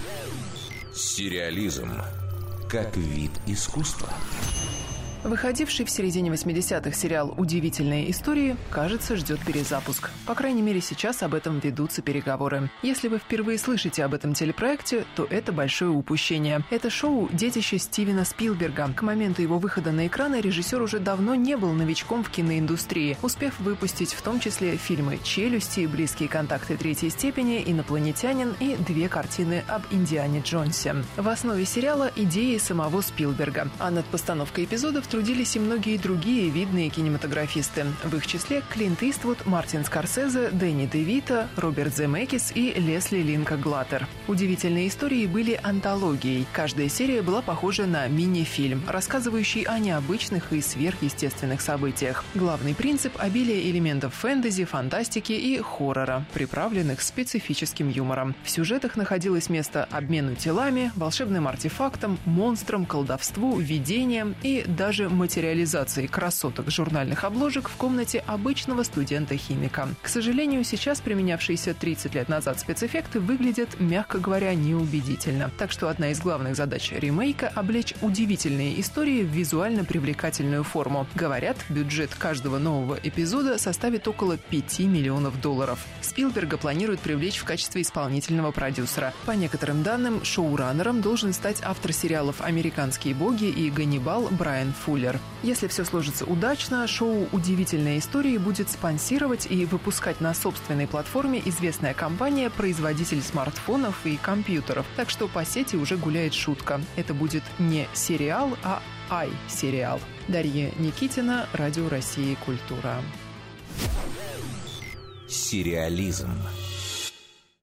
Сериализм как вид искусства. Выходивший в середине 80-х сериал «Удивительные истории», кажется, ждет перезапуск. По крайней мере, сейчас об этом ведутся переговоры. Если вы впервые слышите об этом телепроекте, то это большое упущение. Это шоу – детище Стивена Спилберга. К моменту его выхода на экраны режиссер уже давно не был новичком в киноиндустрии, успев выпустить в том числе фильмы «Челюсти», «Близкие контакты третьей степени», «Инопланетянин» и 2 картины об Индиане Джонсе. В основе сериала идеи самого Спилберга, а над постановкой эпизодов трудились и многие другие видные кинематографисты. В их числе Клинт Иствуд, Мартин Скорсезе, Дэнни де Вито, Роберт Земекис и Лесли Линка Глаттер. «Удивительные истории» были антологией. Каждая серия была похожа на мини-фильм, рассказывающий о необычных и сверхъестественных событиях. Главный принцип – обилие элементов фэнтези, фантастики и хоррора, приправленных специфическим юмором. В сюжетах находилось место обмену телами, волшебным артефактам, монстрам, колдовству, видениям и даже материализации красоток журнальных обложек в комнате обычного студента-химика. К сожалению, сейчас применявшиеся 30 лет назад спецэффекты выглядят, мягко говоря, неубедительно. Так что одна из главных задач ремейка – облечь удивительные истории в визуально привлекательную форму. Говорят, бюджет каждого нового эпизода составит около $5 миллионов. Спилберга планируют привлечь в качестве исполнительного продюсера. По некоторым данным, шоураннером должен стать автор сериалов «Американские боги» и «Ганнибал» Брайан Фуллер. Если все сложится удачно, шоу «Удивительные истории» будет спонсировать и выпускать на собственной платформе известная компания-производитель смартфонов и компьютеров. Так что по сети уже гуляет шутка. Это будет не сериал, а ай-сериал. Дарья Никитина, Радио России «Культура». Сериализм.